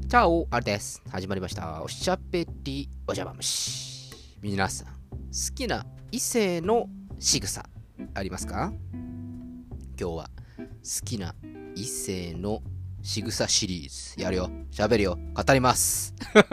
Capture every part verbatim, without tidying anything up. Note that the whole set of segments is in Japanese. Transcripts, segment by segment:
チャオ、あれです。始まりました。おしゃべりおじゃま虫。皆さん、好きな異性の仕草ありますか？今日は好きな異性の仕草シリーズやるよ。喋るよ。語ります。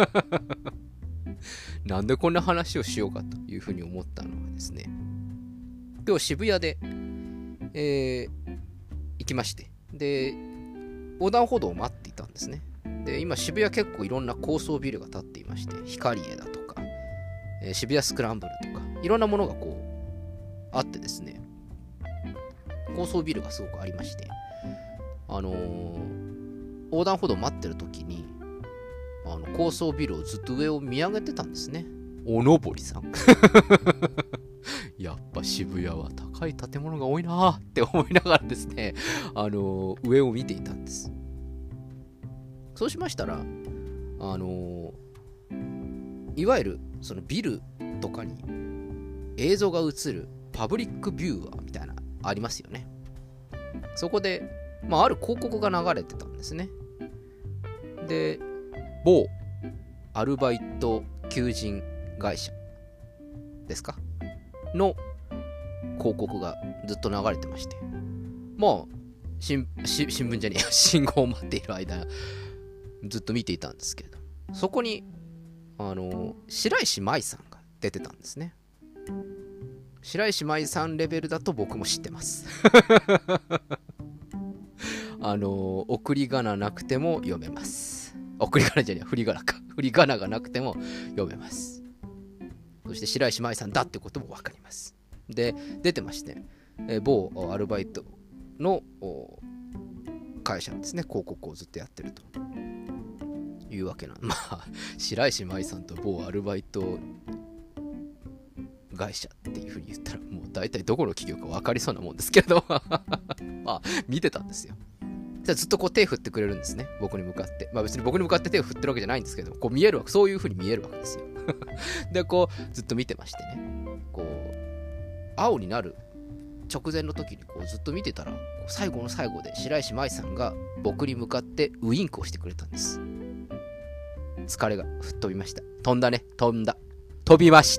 なんでこんな話をしようかというふうに思ったのはですね、今日渋谷で、えー、行きまして、で、横断歩道を待っていたんですね。で、今渋谷結構いろんな高層ビルが建っていまして、光栄だとか、えー、渋谷スクランブルとか、いろんなものがこう、あってですね、高層ビルがすごくありまして、あのー、横断歩道を待ってる時に、あの高層ビルをずっと上を見上げてたんですね。おのぼりさん。やっぱ渋谷は高い建物が多いなーって思いながらですね、あのー、上を見ていたんです。そうしましたら、あのー、いわゆるそのビルとかに映像が映るパブリックビューアーみたいなありますよね。そこで、まあ、ある広告が流れてたんですね。で、某アルバイト求人会社ですかの広告がずっと流れてまして、まあ新新聞じゃねえや信号を待っている間ずっと見ていたんですけれど、そこにあの白石麻衣さんが出てたんですね。白石麻衣さんレベルだと僕も知ってます。あの送り仮名なくても読めます。送り仮名じゃねえや振り仮名か振り仮名がなくても読めます。そして白石麻衣さんだってことも分かります。で出てまして、えー、某アルバイトの会社のですね広告をずっとやってるというわけなんまあ白石麻衣さんと某アルバイト会社っていう風に言ったらもう大体どこの企業か分かりそうなもんですけどまあ見てたんですよ。じゃあずっとこう手振ってくれるんですね、僕に向かって。まあ別に僕に向かって手を振ってるわけじゃないんですけど、こう見えるわけ、そういう風に見えるわけですよ。でこうずっと見てましてね、こう青になる直前の時にこうずっと見てたら、最後の最後で白石麻衣さんが僕に向かってウインクをしてくれたんです。疲れが吹っ飛びました。飛んだね、飛んだ、飛びました。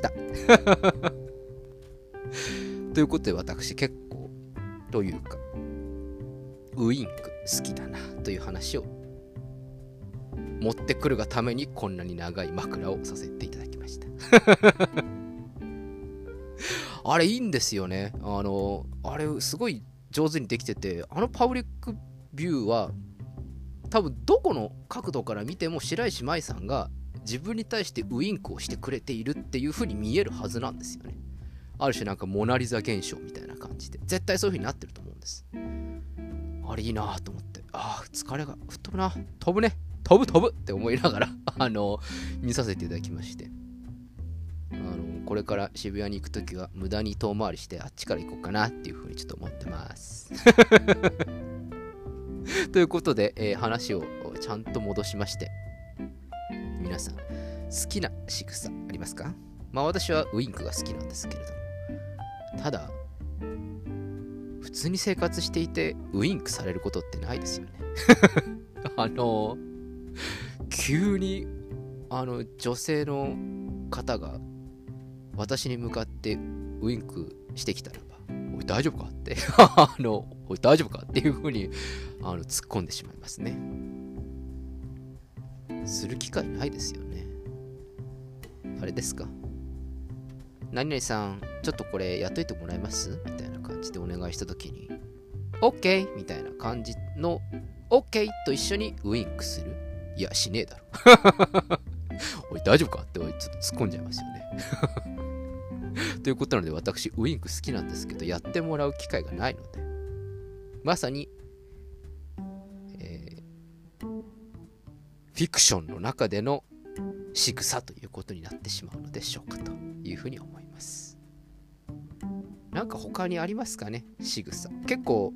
ということで私結構というかウインク好きだなという話を持ってくるがためにこんなに長い枕をさせていただきました。あれいいんですよね。あのあれすごい上手にできてて、あのパブリックビューは多分どこの角度から見ても白石麻衣さんが自分に対してウインクをしてくれているっていう風に見えるはずなんですよね。ある種なんかモナリザ現象みたいな感じで絶対そういう風になってると思うんです。あれいいなと思って、ああ疲れが吹っ飛ぶな、飛ぶね、飛ぶ飛ぶって思いながらあの見させていただきまして、あのこれから渋谷に行くときは無駄に遠回りしてあっちから行こうかなっていう風にちょっと思ってますということで、えー、話をちゃんと戻しまして、皆さん好きな仕草ありますか？まあ私はウインクが好きなんですけれども、ただ普通に生活していてウインクされることってないですよね。あの急にあの女性の方が私に向かってウインクしてきたらば、おい大丈夫かってあのおい大丈夫かっていう風にあの突っ込んでしまいますね。する機会ないですよね。あれですか、何々さんちょっとこれやっといてもらえますみたいな感じでお願いした時に OK みたいな感じの OK と一緒にウインクする。いやしねえだろおい大丈夫かってちょっと突っ込んじゃいますよねということなので私ウインク好きなんですけどやってもらう機会がないので、まさに、えー、フィクションの中での仕草ということになってしまうのでしょうかというふうに思います。なんか他にありますかね、仕草。結構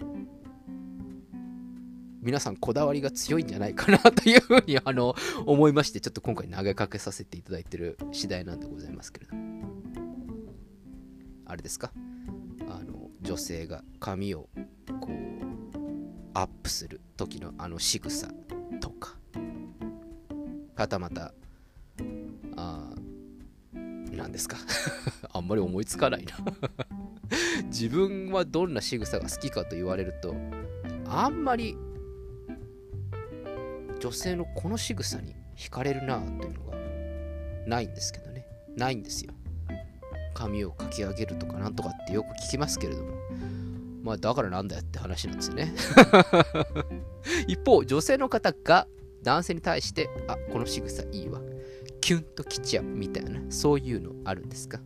皆さんこだわりが強いんじゃないかなというふうにあの思いまして、ちょっと今回投げかけさせていただいている次第なんでございますけれども、あれですか、あの女性が髪をこうアップする時のあの仕草とか、 はたまたあ何ですかあんまり思いつかないな自分はどんな仕草が好きかと言われると、あんまり女性のこの仕草に惹かれるなというのがないんですけどね。ないんですよ。髪をかき上げるとかなんとかってよく聞きますけれども、まあだからなんだよって話なんですよね一方、女性の方が男性に対して、あ、この仕草いいわ、キュンときちゃうみたいな、そういうのあるんですか？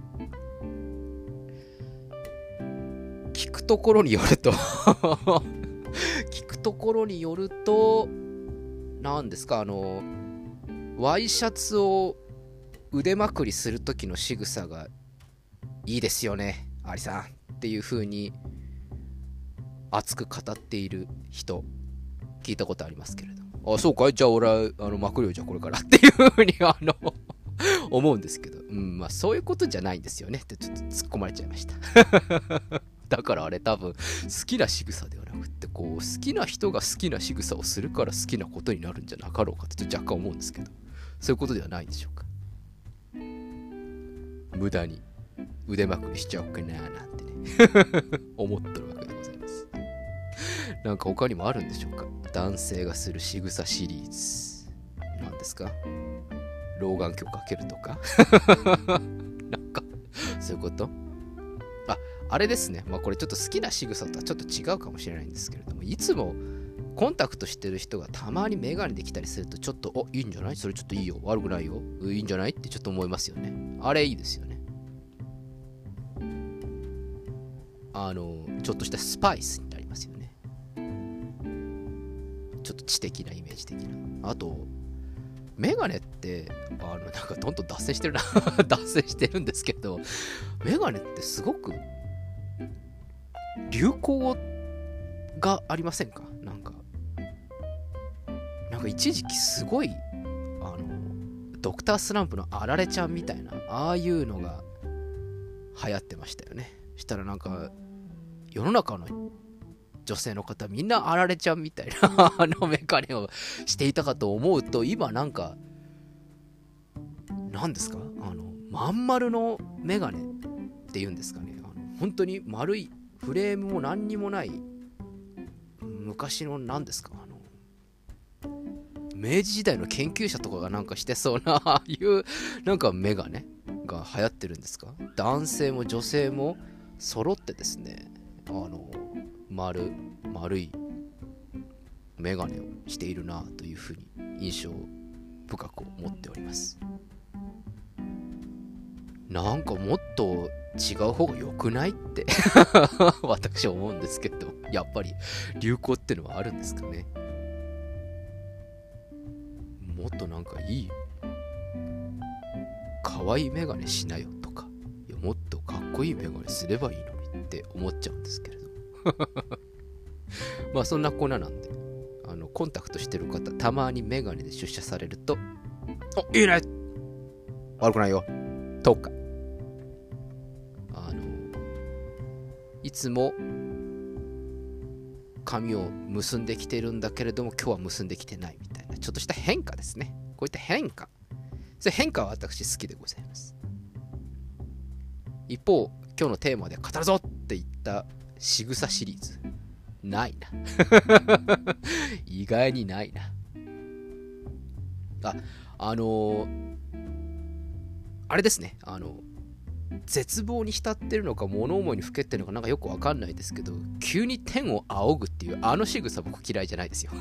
聞くところによると聞くところによると何ですか、あのワイシャツを腕まくりする時の仕草がいいですよねアリさんっていう風に熱く語っている人聞いたことありますけれども、あ、そうかい、じゃあ俺はあのまくるよ、じゃあこれからっていう風にあの思うんですけど、うん、まあそういうことじゃないんですよねってちょっと突っ込まれちゃいましただからあれ多分好きな仕草ではなくって、こう好きな人が好きな仕草をするから好きなことになるんじゃなかろうかってちょっと若干思うんですけど、そういうことではないんでしょうか。無駄に腕まくりしちゃおうかななんてね思っとるわけでございます。なんか他にもあるんでしょうか。男性がする仕草シリーズなんですか。老眼鏡かけるとかなんかそういうこと。あ、あれですね。まあこれちょっと好きな仕草とはちょっと違うかもしれないんですけれども、いつもコンタクトしてる人がたまにメガネできたりすると、ちょっと、お、いいんじゃない？それちょっといいよ。悪くないよ。いいんじゃない？ってちょっと思いますよね。あれいいですよね。あの、ちょっとしたスパイスになりますよね。ちょっと知的なイメージ的な。あと、メガネって、あの、なんかどんどん脱線してるな。脱線してるんですけど、メガネってすごく流行がありませんか？なんか、なんか一時期すごい、あの、ドクタースランプのあられちゃんみたいな、ああいうのが流行ってましたよね。したらなんか、世の中の女性の方みんなあられちゃんみたいなあのメガネをしていたかと思うと、今なんか何ですか、あのまん丸のメガネっていうんですかね、あの本当に丸いフレームも何にもない昔の何ですか、あの明治時代の研究者とかがなんかしてそうなああいうなんかメガネが流行ってるんですか。男性も女性も揃ってですね、あの丸丸いメガネをしているなというふうに印象深く思っております。なんかもっと違う方が良くないって私は思うんですけど、やっぱり流行ってのはあるんですかね。もっとなんかいい可愛いメガネしなよとか、いやもっとかっこいいメガネすればいいのにって思っちゃうんですけれどまあそんなコーナーなんで、あのコンタクトしてる方たまにメガネで出社されると、お、いいね、悪くないよとか、あのいつも髪を結んできてるんだけれども今日は結んできてないみたいなちょっとした変化ですね。こういった変化、そういう変化は私好きでございます。一方、今日のテーマで語るぞって言った仕草シリーズないな意外にないなあ。あのー、あれですね、あの絶望に浸ってるのか物思いにふけってるのかなんかよくわかんないですけど、急に天を仰ぐっていうあの仕草僕嫌いじゃないですよ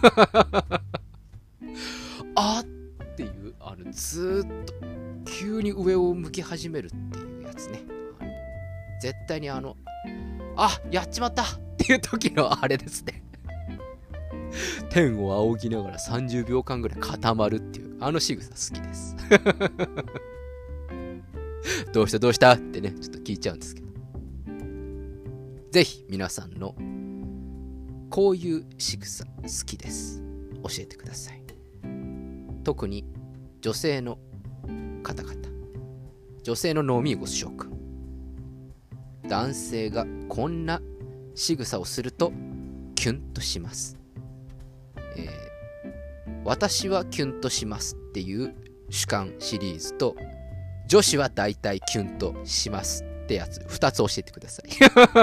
あっていう、あのずーっと急に上を向き始めるっていうやつね。絶対にあのあ、やっちまったっていう時のあれですね天を仰ぎながらさんじゅうびょうかんぐらい固まるっていうあの仕草好きですどうしたどうしたってね、ちょっと聞いちゃうんですけど、ぜひ皆さんのこういう仕草好きです、教えてください。特に女性の方々、女性の飲みご諸君、男性がこんな仕草をするとキュンとします、えー、 私はキュンとしますっていう主観シリーズと、女子は大体キュンとしますってやつ、ふたつ教えてください。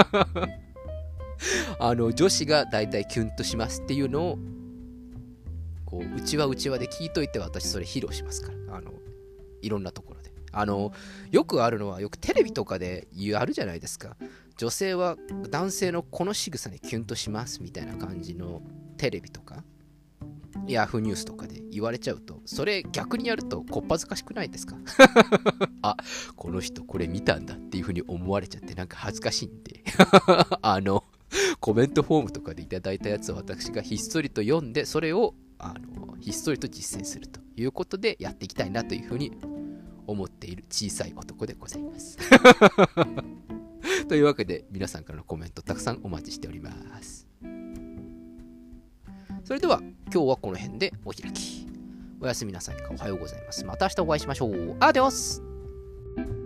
あの、女子が大体キュンとしますっていうのを、こう、うちわうちわで聞いといて、私それ披露しますから。あの、いろんなところで。あの、よくあるのは、よくテレビとかでやるじゃないですか。女性は男性のこの仕草にキュンとしますみたいな感じのテレビとか、ヤフーニュースとかで言われちゃうと、それ逆にやるとこっぱずかしくないですか？あ、この人これ見たんだっていう風に思われちゃってなんか恥ずかしいんであのコメントフォームとかでいただいたやつを私がひっそりと読んで、それをあのひっそりと実践するということでやっていきたいなという風に思っている小さい男でございますというわけで、皆さんからのコメントたくさんお待ちしております。それでは今日はこの辺でお開き。おやすみなさいか、おはようございます。また明日お会いしましょう。アディオス。